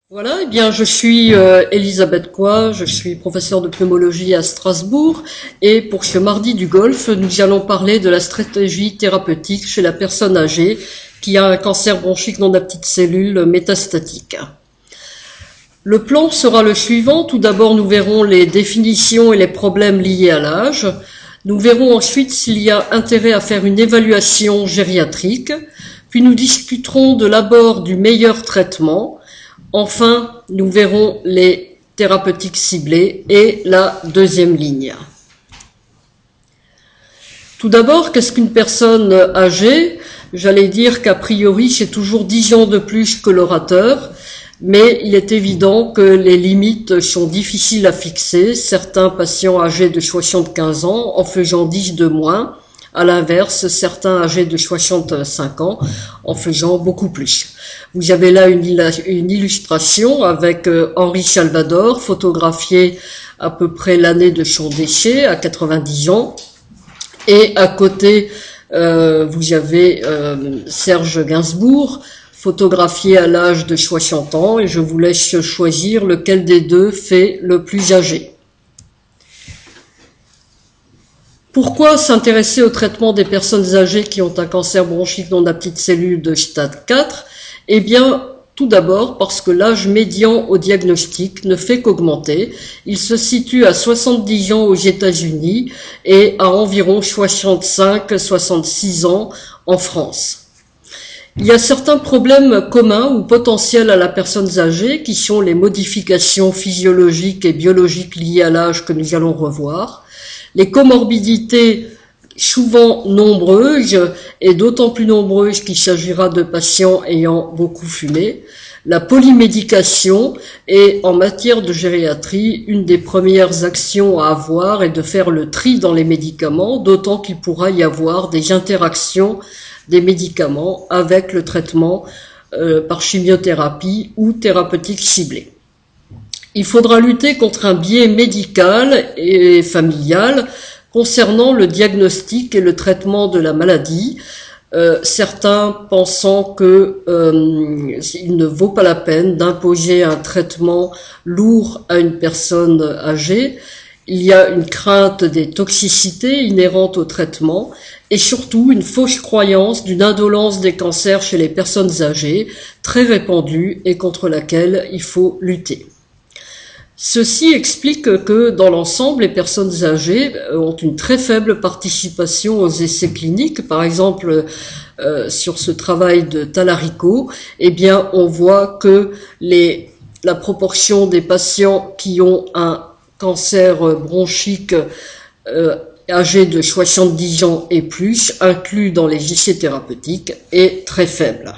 Voilà, eh bien, je suis Elisabeth Coy, je suis professeure de pneumologie à Strasbourg et pour ce mardi du Golfe, nous allons parler de la stratégie thérapeutique chez la personne âgée qui a un cancer bronchique non à petites cellules métastatique. Le plan sera le suivant. Tout d'abord, nous verrons les définitions et les problèmes liés à l'âge. Nous verrons ensuite s'il y a intérêt à faire une évaluation gériatrique. Puis nous discuterons de l'abord du meilleur traitement. Enfin, nous verrons les thérapeutiques ciblées et la deuxième ligne. Tout d'abord, qu'est-ce qu'une personne âgée? J'allais dire qu'a priori, c'est toujours 10 ans de plus que l'orateur, mais il est évident que les limites sont difficiles à fixer, certains patients âgés de 75 ans en faisant 10 de moins, à l'inverse, certains âgés de 65 ans en faisant beaucoup plus. Vous avez là une illustration avec Henri Salvador, photographié à peu près l'année de son décès, à 90 ans. Et à côté, vous avez Serge Gainsbourg, photographié à l'âge de 60 ans. Et je vous laisse choisir lequel des deux fait le plus âgé. Pourquoi s'intéresser au traitement des personnes âgées qui ont un cancer bronchique non à petites cellules de stade 4? Eh bien, tout d'abord parce que l'âge médian au diagnostic ne fait qu'augmenter. Il se situe à 70 ans aux États-Unis et à environ 65-66 ans en France. Il y a certains problèmes communs ou potentiels à la personne âgée qui sont les modifications physiologiques et biologiques liées à l'âge que nous allons revoir. Les comorbidités souvent nombreuses et d'autant plus nombreuses qu'il s'agira de patients ayant beaucoup fumé. La polymédication est en matière de gériatrie une des premières actions à avoir et de faire le tri dans les médicaments, d'autant qu'il pourra y avoir des interactions des médicaments avec le traitement par chimiothérapie ou thérapeutique ciblée. Il faudra lutter contre un biais médical et familial concernant le diagnostic et le traitement de la maladie, certains pensant que il ne vaut pas la peine d'imposer un traitement lourd à une personne âgée. Il y a une crainte des toxicités inhérentes au traitement et surtout une fausse croyance d'une indolence des cancers chez les personnes âgées, très répandue et contre laquelle il faut lutter. Ceci explique que, dans l'ensemble, les personnes âgées ont une très faible participation aux essais cliniques. Par exemple, sur ce travail de Talarico, eh bien, on voit que la proportion des patients qui ont un cancer bronchique âgés de 70 ans et plus, inclus dans les essais thérapeutiques, est très faible.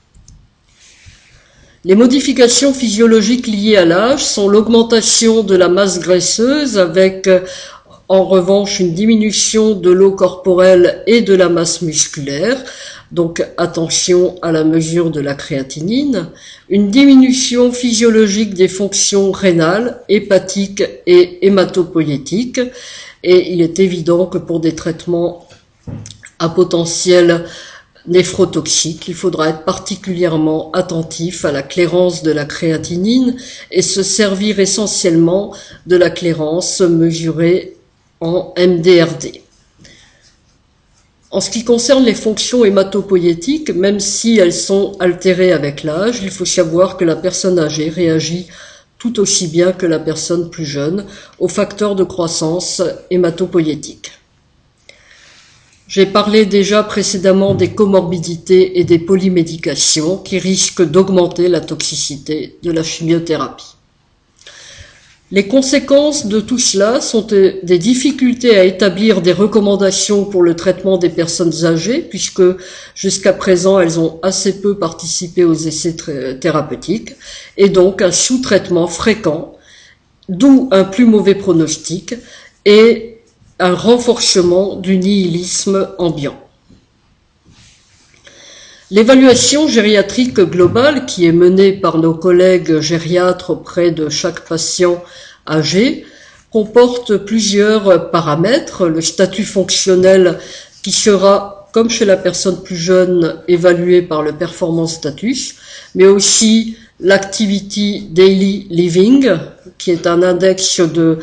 Les modifications physiologiques liées à l'âge sont l'augmentation de la masse graisseuse avec en revanche une diminution de l'eau corporelle et de la masse musculaire, donc attention à la mesure de la créatinine, une diminution physiologique des fonctions rénales, hépatiques et hématopoïétiques, et il est évident que pour des traitements à potentiel néphrotoxique, il faudra être particulièrement attentif à la clairance de la créatinine et se servir essentiellement de la clairance mesurée en MDRD. En ce qui concerne les fonctions hématopoïétiques, même si elles sont altérées avec l'âge, il faut savoir que la personne âgée réagit tout aussi bien que la personne plus jeune aux facteurs de croissance hématopoïétique. J'ai parlé déjà précédemment des comorbidités et des polymédications qui risquent d'augmenter la toxicité de la chimiothérapie. Les conséquences de tout cela sont des difficultés à établir des recommandations pour le traitement des personnes âgées, puisque jusqu'à présent elles ont assez peu participé aux essais thérapeutiques, et donc un sous-traitement fréquent, d'où un plus mauvais pronostic et un renforcement du nihilisme ambiant. L'évaluation gériatrique globale qui est menée par nos collègues gériatres auprès de chaque patient âgé comporte plusieurs paramètres. Le statut fonctionnel qui sera, comme chez la personne plus jeune, évalué par le performance status, mais aussi l'Activity Daily Living, qui est un index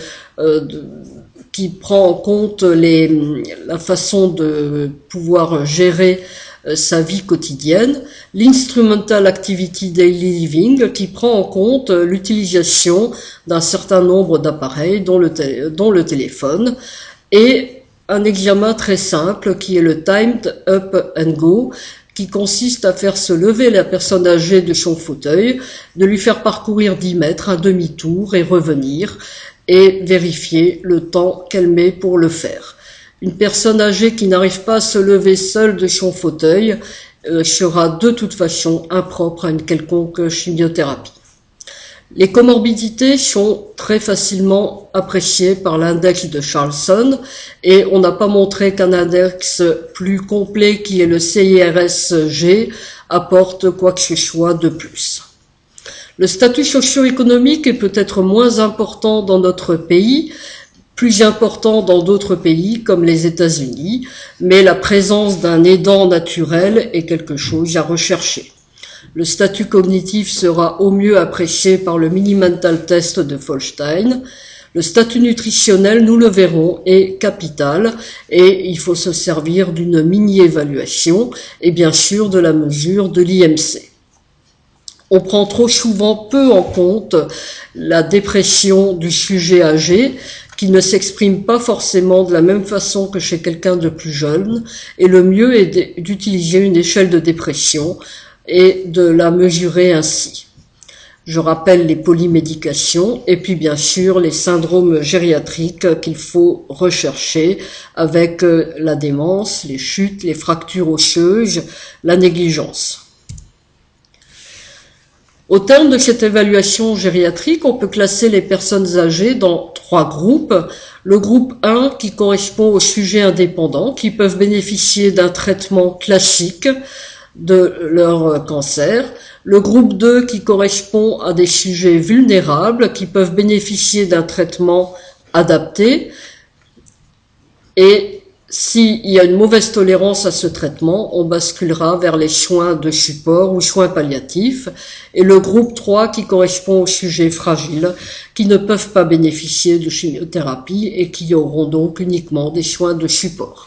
qui prend en compte la façon de pouvoir gérer sa vie quotidienne, l'Instrumental Activity Daily Living, qui prend en compte l'utilisation d'un certain nombre d'appareils, dont le téléphone, et un examen très simple qui est le Timed Up and Go, qui consiste à faire se lever la personne âgée de son fauteuil, de lui faire parcourir 10 mètres, un demi-tour et revenir, et vérifier le temps qu'elle met pour le faire. Une personne âgée qui n'arrive pas à se lever seule de son fauteuil sera de toute façon impropre à une quelconque chimiothérapie. Les comorbidités sont très facilement appréciées par l'index de Charlson et on n'a pas montré qu'un index plus complet qui est le CIRSG apporte quoi que ce soit de plus. Le statut socio-économique est peut-être moins important dans notre pays, plus important dans d'autres pays comme les États-Unis, mais la présence d'un aidant naturel est quelque chose à rechercher. Le statut cognitif sera au mieux apprécié par le Mini-Mental Test de Folstein. Le statut nutritionnel, nous le verrons, est capital et il faut se servir d'une mini-évaluation et bien sûr de la mesure de l'IMC. On prend trop souvent peu en compte la dépression du sujet âgé qui ne s'exprime pas forcément de la même façon que chez quelqu'un de plus jeune et le mieux est d'utiliser une échelle de dépression et de la mesurer ainsi. Je rappelle les polymédications et puis bien sûr les syndromes gériatriques qu'il faut rechercher avec la démence, les chutes, les fractures osseuses, la négligence. Au terme de cette évaluation gériatrique, on peut classer les personnes âgées dans 3 groupes. Le groupe 1 qui correspond aux sujets indépendants qui peuvent bénéficier d'un traitement classique de leur cancer. Le groupe 2 qui correspond à des sujets vulnérables qui peuvent bénéficier d'un traitement adapté. Et s'il y a une mauvaise tolérance à ce traitement, on basculera vers les soins de support ou soins palliatifs. Et le groupe 3 qui correspond aux sujets fragiles qui ne peuvent pas bénéficier de chimiothérapie et qui auront donc uniquement des soins de support.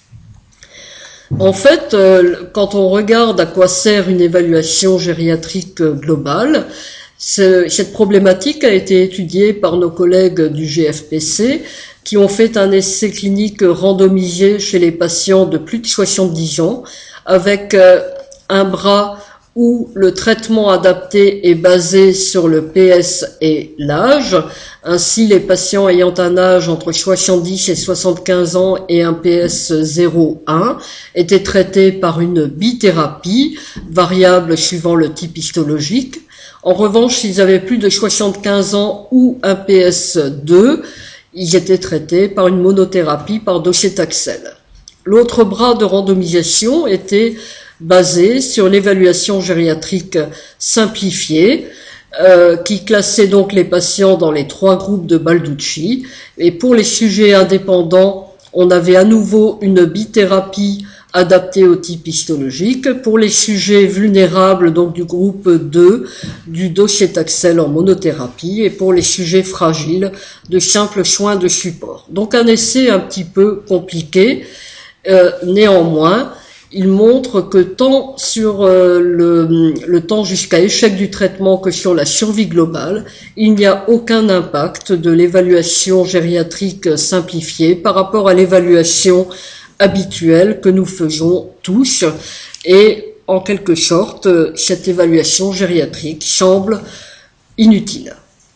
En fait, quand on regarde à quoi sert une évaluation gériatrique globale, cette problématique a été étudiée par nos collègues du GFPC qui ont fait un essai clinique randomisé chez les patients de plus de 70 ans avec un bras où le traitement adapté est basé sur le PS et l'âge. Ainsi, les patients ayant un âge entre 70 et 75 ans et un PS 0,1 étaient traités par une bithérapie, variable suivant le type histologique. En revanche, s'ils avaient plus de 75 ans ou un PS2, ils étaient traités par une monothérapie par docétaxel. L'autre bras de randomisation était basé sur l'évaluation gériatrique simplifiée, qui classait donc les patients dans les 3 groupes de Balducci. Et pour les sujets indépendants, on avait à nouveau une bithérapie adaptée au type histologique. Pour les sujets vulnérables, donc du groupe 2, du docétaxel en monothérapie. Et pour les sujets fragiles, de simples soins de support. Donc un essai un petit peu compliqué. Néanmoins, il montre que tant sur le temps jusqu'à échec du traitement que sur la survie globale, il n'y a aucun impact de l'évaluation gériatrique simplifiée par rapport à l'évaluation habituelle que nous faisons tous. Et en quelque sorte, cette évaluation gériatrique semble inutile.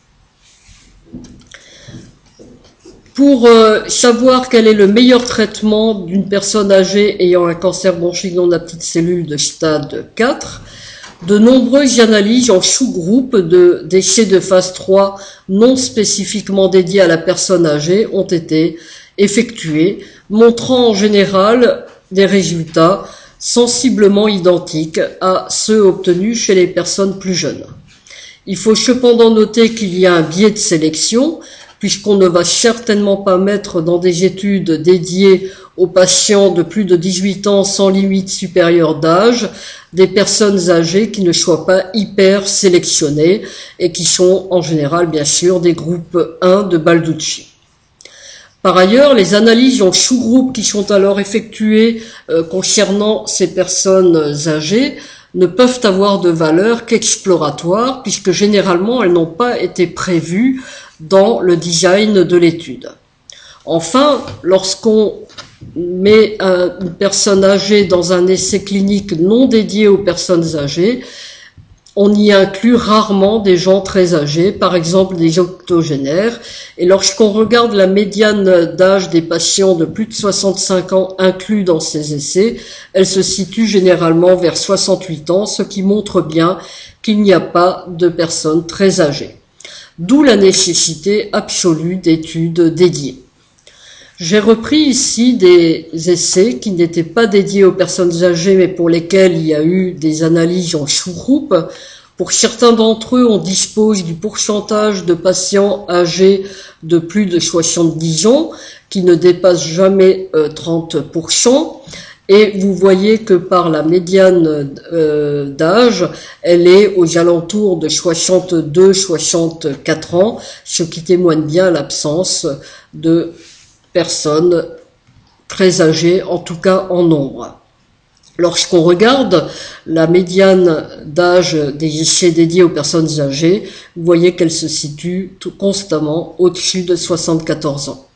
Pour savoir quel est le meilleur traitement d'une personne âgée ayant un cancer bronchique non à petites cellules de stade 4, de nombreuses analyses en sous-groupes d'essais de phase 3 non spécifiquement dédiés à la personne âgée ont été effectuées, montrant en général des résultats sensiblement identiques à ceux obtenus chez les personnes plus jeunes. Il faut cependant noter qu'il y a un biais de sélection, puisqu'on ne va certainement pas mettre dans des études dédiées aux patients de plus de 18 ans sans limite supérieure d'âge des personnes âgées qui ne soient pas hyper sélectionnées et qui sont en général bien sûr des groupes 1 de Balducci. Par ailleurs, les analyses en sous-groupes qui sont alors effectuées concernant ces personnes âgées ne peuvent avoir de valeur qu'exploratoire, puisque généralement elles n'ont pas été prévues dans le design de l'étude. Enfin, lorsqu'on met une personne âgée dans un essai clinique non dédié aux personnes âgées, on y inclut rarement des gens très âgés, par exemple des octogénaires, et lorsqu'on regarde la médiane d'âge des patients de plus de 65 ans inclus dans ces essais, elle se situe généralement vers 68 ans, ce qui montre bien qu'il n'y a pas de personnes très âgées. D'où la nécessité absolue d'études dédiées. J'ai repris ici des essais qui n'étaient pas dédiés aux personnes âgées, mais pour lesquels il y a eu des analyses en sous-groupe. Pour certains d'entre eux, on dispose du pourcentage de patients âgés de plus de 70 ans, qui ne dépasse jamais 30%. Et vous voyez que par la médiane d'âge, elle est aux alentours de 62-64 ans, ce qui témoigne bien l'absence de personnes très âgées, en tout cas en nombre. Lorsqu'on regarde la médiane d'âge des essais dédiés aux personnes âgées, vous voyez qu'elle se situe constamment au-dessus de 74 ans.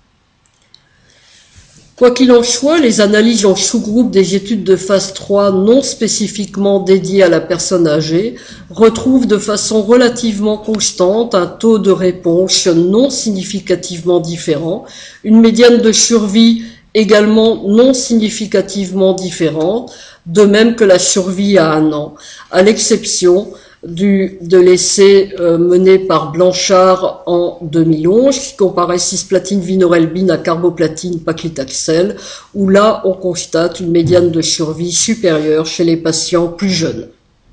Quoi qu'il en soit, les analyses en sous-groupe des études de phase 3 non spécifiquement dédiées à la personne âgée retrouvent de façon relativement constante un taux de réponse non significativement différent, une médiane de survie également non significativement différente, de même que la survie à 1 an, à l'exception de l'essai mené par Blanchard en 2011, qui comparait cisplatine vinorelbine à carboplatine paclitaxel, où là on constate une médiane de survie supérieure chez les patients plus jeunes.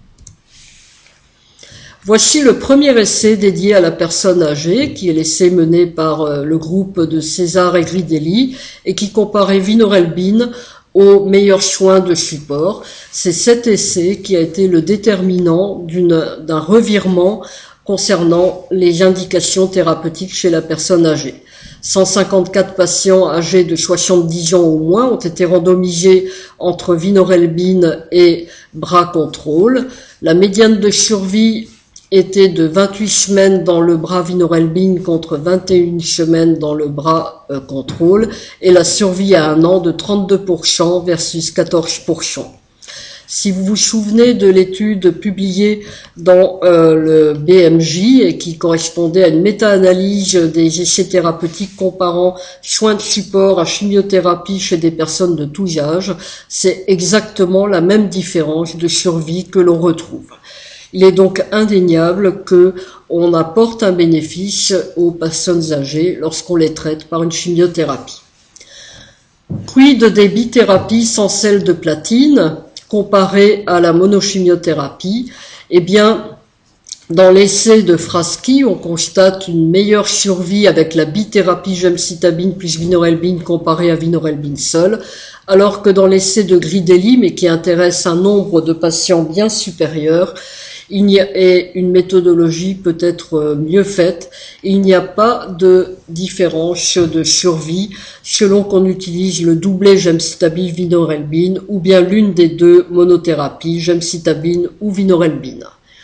Voici le premier essai dédié à la personne âgée, qui est l'essai mené par le groupe de César et Gridelli, et qui comparait vinorelbine aux meilleurs soins de support. C'est cet essai qui a été le déterminant d'un revirement concernant les indications thérapeutiques chez la personne âgée. 154 patients âgés de 70 ans au moins ont été randomisés entre vinorelbine et bras contrôle. La médiane de survie était de 28 semaines dans le bras vinorelbine contre 21 semaines dans le bras contrôle, et la survie à 1 an de 32% versus 14%. Si vous vous souvenez de l'étude publiée dans le BMJ et qui correspondait à une méta-analyse des essais thérapeutiques comparant soins de support à chimiothérapie chez des personnes de tous âges, c'est exactement la même différence de survie que l'on retrouve. Il est donc indéniable qu'on apporte un bénéfice aux personnes âgées lorsqu'on les traite par une chimiothérapie. Quid des bithérapies sans sel de platine comparé à la monochimiothérapie? Eh bien, dans l'essai de Fraschi, on constate une meilleure survie avec la bithérapie gemcitabine plus vinorelbine comparée à vinorelbine seule, alors que dans l'essai de Gridelli, mais qui intéresse un nombre de patients bien supérieur, il y a une méthodologie peut-être mieux faite. Il n'y a pas de différence de survie selon qu'on utilise le doublet gemcitabine vinorelbine ou bien l'une des deux monothérapies, gemcitabine ou vinorelbine.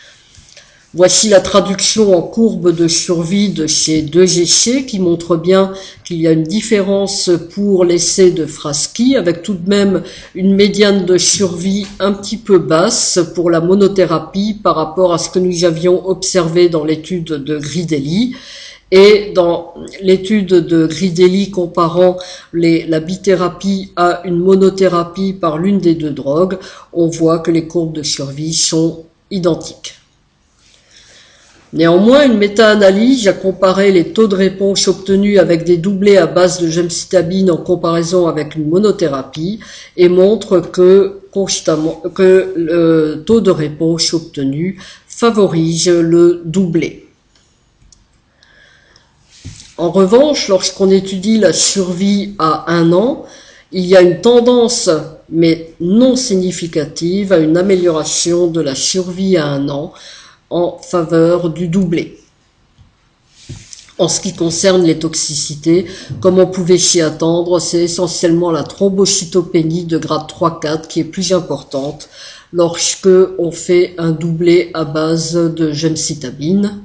Voici la traduction en courbe de survie de ces deux essais qui montre bien qu'il y a une différence pour l'essai de Fraschi, avec tout de même une médiane de survie un petit peu basse pour la monothérapie par rapport à ce que nous avions observé dans l'étude de Gridelli. Et dans l'étude de Gridelli comparant la bithérapie à une monothérapie par l'une des deux drogues, on voit que les courbes de survie sont identiques. Néanmoins, une méta-analyse a comparé les taux de réponse obtenus avec des doublés à base de gemcitabine en comparaison avec une monothérapie et montre que le taux de réponse obtenu favorise le doublé. En revanche, lorsqu'on étudie la survie à 1 an, il y a une tendance, mais non significative, à une amélioration de la survie à 1 an en faveur du doublé. En ce qui concerne les toxicités, comme on pouvait s'y attendre, c'est essentiellement la thrombocytopénie de grade 3-4 qui est plus importante lorsque on fait un doublé à base de gemcitabine.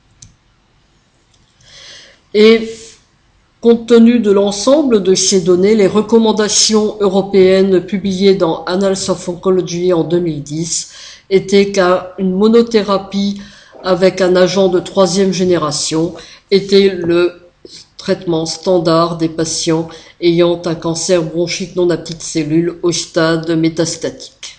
Et compte tenu de l'ensemble de ces données, les recommandations européennes publiées dans Annals of Oncology en 2010 étaient qu'une monothérapie avec un agent de 3e génération était le traitement standard des patients ayant un cancer bronchique non à petites cellules au stade métastatique.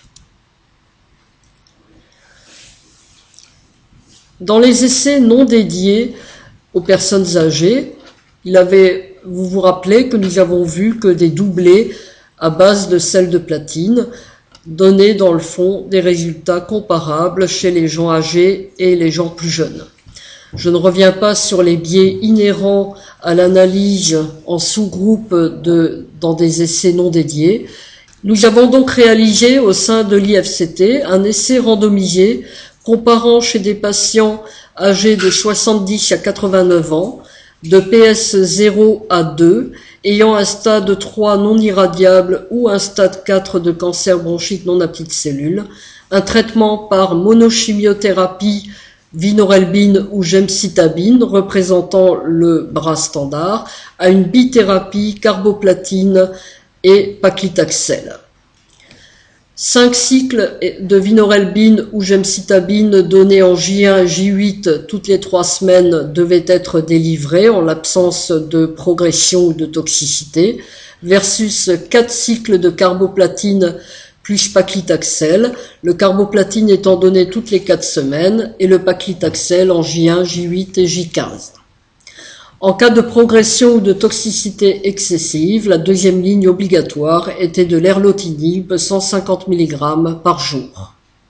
Dans les essais non dédiés aux personnes âgées, vous vous rappelez que nous avons vu que des doublés à base de sel de platine donnaient dans le fond des résultats comparables chez les gens âgés et les gens plus jeunes. Je ne reviens pas sur les biais inhérents à l'analyse en sous-groupe dans des essais non dédiés. Nous avons donc réalisé au sein de l'IFCT un essai randomisé comparant chez des patients âgés de 70 à 89 ans, de PS 0 à 2, ayant un stade 3 non irradiable ou un stade 4 de cancer bronchique non à petites cellules, un traitement par monochimiothérapie vinorelbine ou gemcitabine représentant le bras standard, à une bithérapie carboplatine et paclitaxel. 5 cycles de vinorelbine ou gemcitabine donnés en J1 et J8 toutes les 3 semaines devaient être délivrés en l'absence de progression ou de toxicité, versus 4 cycles de carboplatine plus paclitaxel, le carboplatine étant donné toutes les 4 semaines et le paclitaxel en J1, J8 et J15. En cas de progression ou de toxicité excessive, la deuxième ligne obligatoire était de l'erlotinib 150 mg par jour.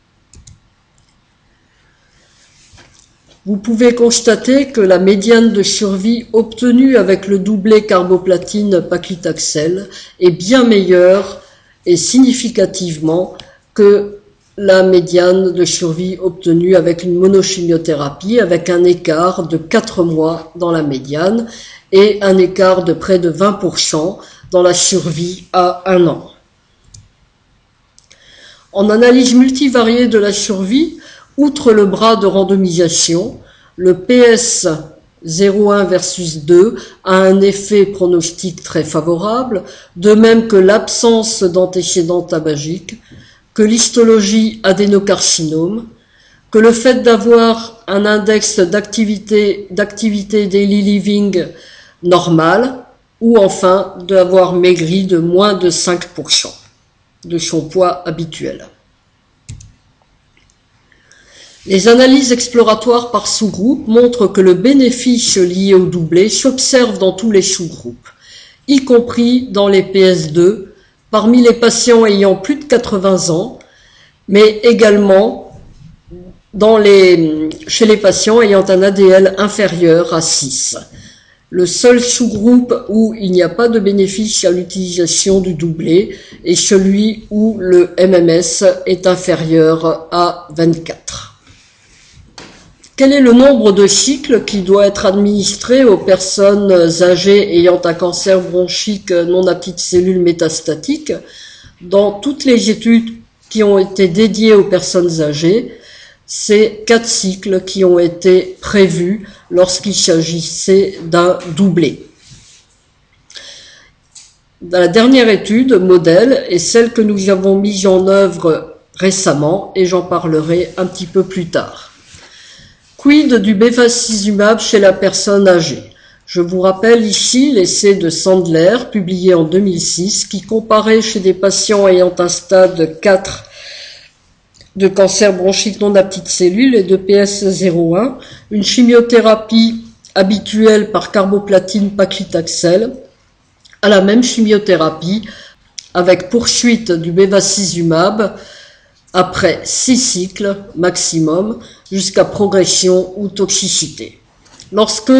Vous pouvez constater que la médiane de survie obtenue avec le doublé carboplatine-paclitaxel est bien meilleure et significativement que la médiane de survie obtenue avec une monochimiothérapie, avec un écart de 4 mois dans la médiane et un écart de près de 20% dans la survie à 1 an. En analyse multivariée de la survie, outre le bras de randomisation, le PS 0,1 versus 2 a un effet pronostique très favorable, de même que l'absence d'antécédents tabagiques, que l'histologie adénocarcinome, que le fait d'avoir un index d'activité daily living normal, ou enfin d'avoir maigri de moins de 5% de son poids habituel. Les analyses exploratoires par sous-groupe montrent que le bénéfice lié au doublé s'observe dans tous les sous-groupes, y compris dans les PS2, parmi les patients ayant plus de 80 ans, mais également chez les patients ayant un ADL inférieur à 6. Le seul sous-groupe où il n'y a pas de bénéfice à l'utilisation du doublé est celui où le MMS est inférieur à 24. Quel est le nombre de cycles qui doit être administré aux personnes âgées ayant un cancer bronchique non à petites cellules métastatiques? Dans toutes les études qui ont été dédiées aux personnes âgées, c'est 4 cycles qui ont été prévus lorsqu'il s'agissait d'un doublé. Dans la dernière étude, modèle, est celle que nous avons mise en œuvre récemment, et j'en parlerai un petit peu plus tard. Quid du bevacizumab chez la personne âgée? Je vous rappelle ici l'essai de Sandler, publié en 2006, qui comparait chez des patients ayant un stade 4 de cancer bronchique non à petites cellules et de PS 0,1, une chimiothérapie habituelle par carboplatine paclitaxel à la même chimiothérapie avec poursuite du bevacizumab après 6 cycles maximum jusqu'à progression ou toxicité. Lorsque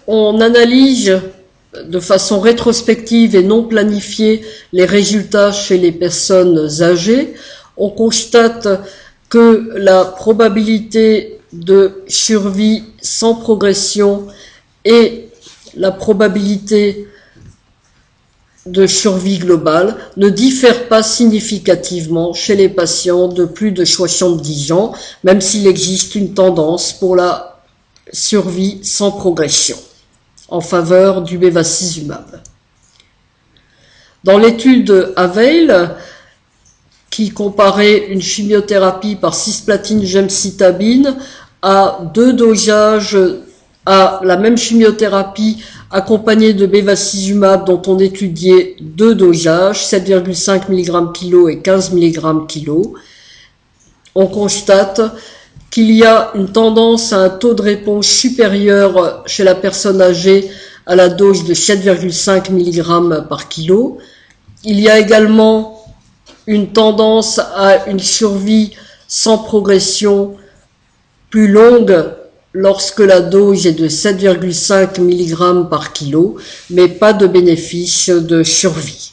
on analyse de façon rétrospective et non planifiée les résultats chez les personnes âgées, on constate que la probabilité de survie sans progression et la probabilité de survie globale ne diffèrent pas significativement chez les patients de plus de 70 ans, même s'il existe une tendance pour la survie sans progression en faveur du bevacizumab. Dans l'étude Avail, qui comparait une chimiothérapie par cisplatine gemcitabine à 2 dosages à la même chimiothérapie accompagnée de bevacizumab dont on étudiait 2 dosages, 7,5 mg kg et 15 mg kg, on constate qu'il y a une tendance à un taux de réponse supérieur chez la personne âgée à la dose de 7,5 mg par kilo. Il y a également une tendance à une survie sans progression plus longue lorsque la dose est de 7,5 mg par kilo, mais pas de bénéfice de survie.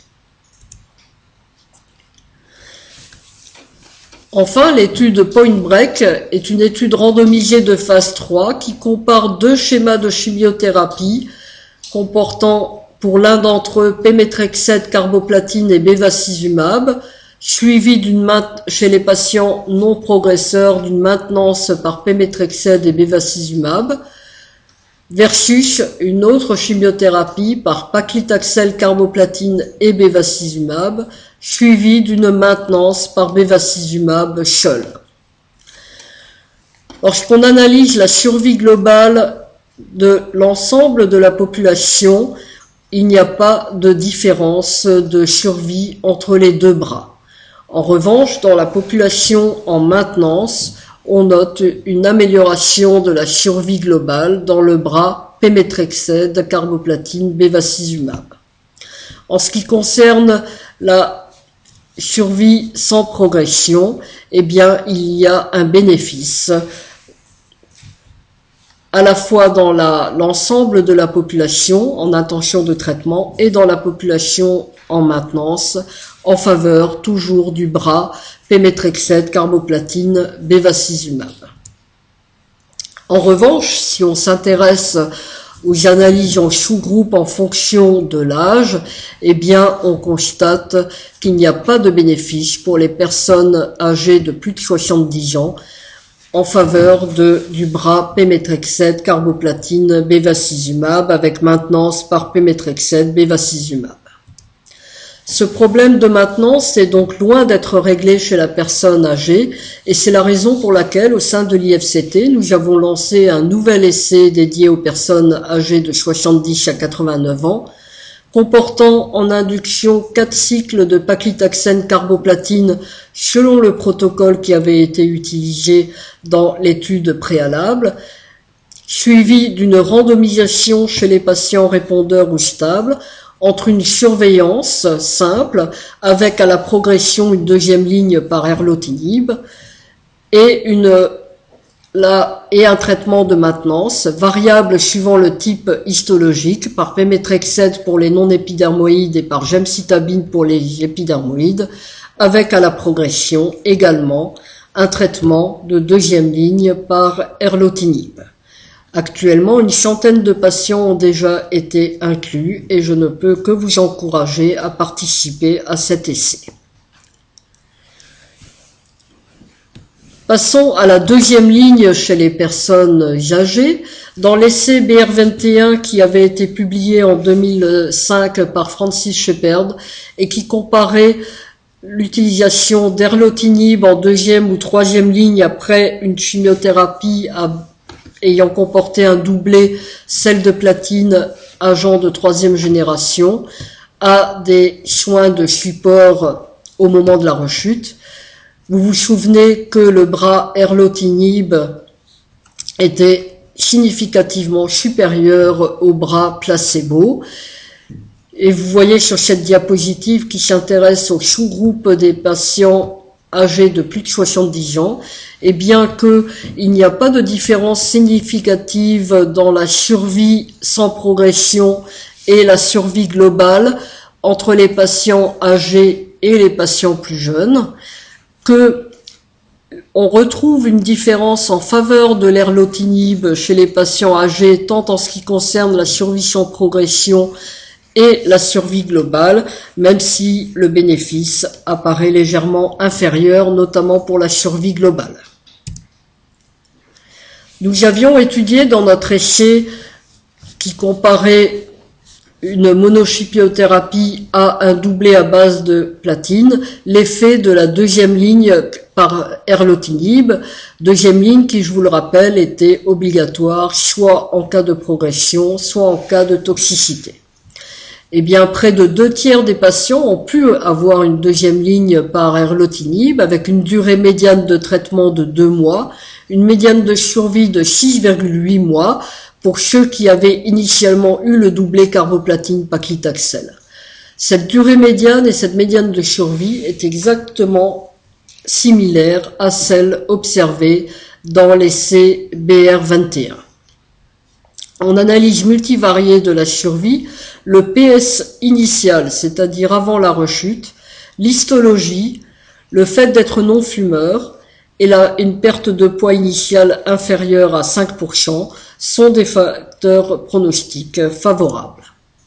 Enfin, l'étude Point Break est une étude randomisée de phase 3 qui compare 2 schémas de chimiothérapie comportant pour l'un d'entre eux pémétrexède, carboplatine et bevacizumab, suivi chez les patients non progresseurs d'une maintenance par pémétrexède et bevacizumab, versus une autre chimiothérapie par paclitaxel, carboplatine et bevacizumab, suivi d'une maintenance par bevacizumab seul. Lorsqu'on analyse la survie globale de l'ensemble de la population, il n'y a pas de différence de survie entre les deux bras. En revanche, dans la population en maintenance, on note une amélioration de la survie globale dans le bras pémétrexède, carboplatine, bevacizumab. En ce qui concerne la survie sans progression, eh bien, il y a un bénéfice à la fois dans l'ensemble de la population en intention de traitement et dans la population en maintenance en faveur toujours du bras pémétrexède, carboplatine, bevacizumab. En revanche, si on s'intéresse aux analyses en sous-groupe en fonction de l'âge, eh bien, on constate qu'il n'y a pas de bénéfice pour les personnes âgées de plus de 70 ans en faveur du bras pémétrexède, carboplatine, bevacizumab avec maintenance par pémétrexède, bevacizumab. Ce problème de maintenance est donc loin d'être réglé chez la personne âgée et c'est la raison pour laquelle au sein de l'IFCT, nous avons lancé un nouvel essai dédié aux personnes âgées de 70 à 89 ans comportant en induction 4 cycles de paclitaxel carboplatine selon le protocole qui avait été utilisé dans l'étude préalable, suivi d'une randomisation chez les patients répondeurs ou stables entre une surveillance simple avec à la progression une deuxième ligne par erlotinib et un traitement de maintenance variable suivant le type histologique par pémétrexède pour les non-épidermoïdes et par gemcitabine pour les épidermoïdes avec à la progression également un traitement de deuxième ligne par erlotinib. Actuellement, une centaine de patients ont déjà été inclus et je ne peux que vous encourager à participer à cet essai. Passons à la deuxième ligne chez les personnes âgées. Dans l'essai BR21 qui avait été publié en 2005 par Francis Shepherd et qui comparait l'utilisation d'erlotinib en deuxième ou troisième ligne après une chimiothérapie ayant comporté un doublé sel de platine agent de troisième génération à des soins de support au moment de la rechute. Vous vous souvenez que le bras erlotinib était significativement supérieur au bras placebo. Et vous voyez sur cette diapositive qui s'intéresse au sous-groupe des patients âgés de plus de 70 ans, et bien qu'il n'y a pas de différence significative dans la survie sans progression et la survie globale entre les patients âgés et les patients plus jeunes, que on retrouve une différence en faveur de l'erlotinib chez les patients âgés, tant en ce qui concerne la survie sans progression et la survie globale, même si le bénéfice apparaît légèrement inférieur, notamment pour la survie globale. Nous avions étudié dans notre essai qui comparait une monochipiothérapie à un doublé à base de platine, l'effet de la deuxième ligne par erlotinib, deuxième ligne qui, je vous le rappelle, était obligatoire soit en cas de progression, soit en cas de toxicité. Eh bien, près de 2/3 des patients ont pu avoir une deuxième ligne par erlotinib avec une durée médiane de traitement de 2 mois, une médiane de survie de 6,8 mois pour ceux qui avaient initialement eu le doublé carboplatine-paclitaxel. Cette durée médiane et cette médiane de survie est exactement similaire à celle observée dans l'essai BR21. En analyse multivariée de la survie, le PS initial, c'est-à-dire avant la rechute, l'histologie, le fait d'être non-fumeur et une perte de poids initiale inférieure à 5% sont des facteurs pronostiques favorables.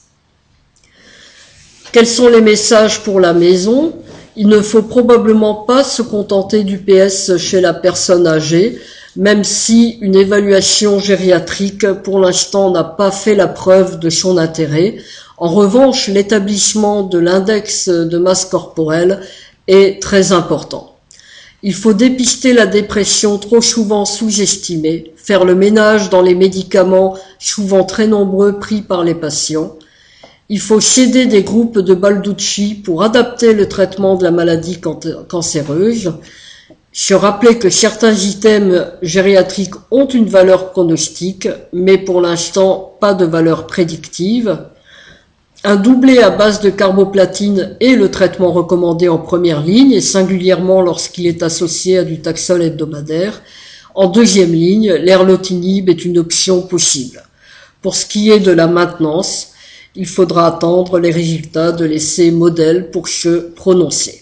Quels sont les messages pour la maison? Il ne faut probablement pas se contenter du PS chez la personne âgée, même si une évaluation gériatrique pour l'instant n'a pas fait la preuve de son intérêt. En revanche, l'établissement de l'index de masse corporelle est très important. Il faut dépister la dépression trop souvent sous-estimée, faire le ménage dans les médicaments souvent très nombreux pris par les patients. Il faut céder des groupes de Balducci pour adapter le traitement de la maladie cancéreuse. Se rappeler que certains items gériatriques ont une valeur pronostique, mais pour l'instant pas de valeur prédictive. Un doublé à base de carboplatine est le traitement recommandé en première ligne, et singulièrement lorsqu'il est associé à du Taxol hebdomadaire. En deuxième ligne, l'erlotinib est une option possible. Pour ce qui est de la maintenance, il faudra attendre les résultats de l'essai modèle pour se prononcer.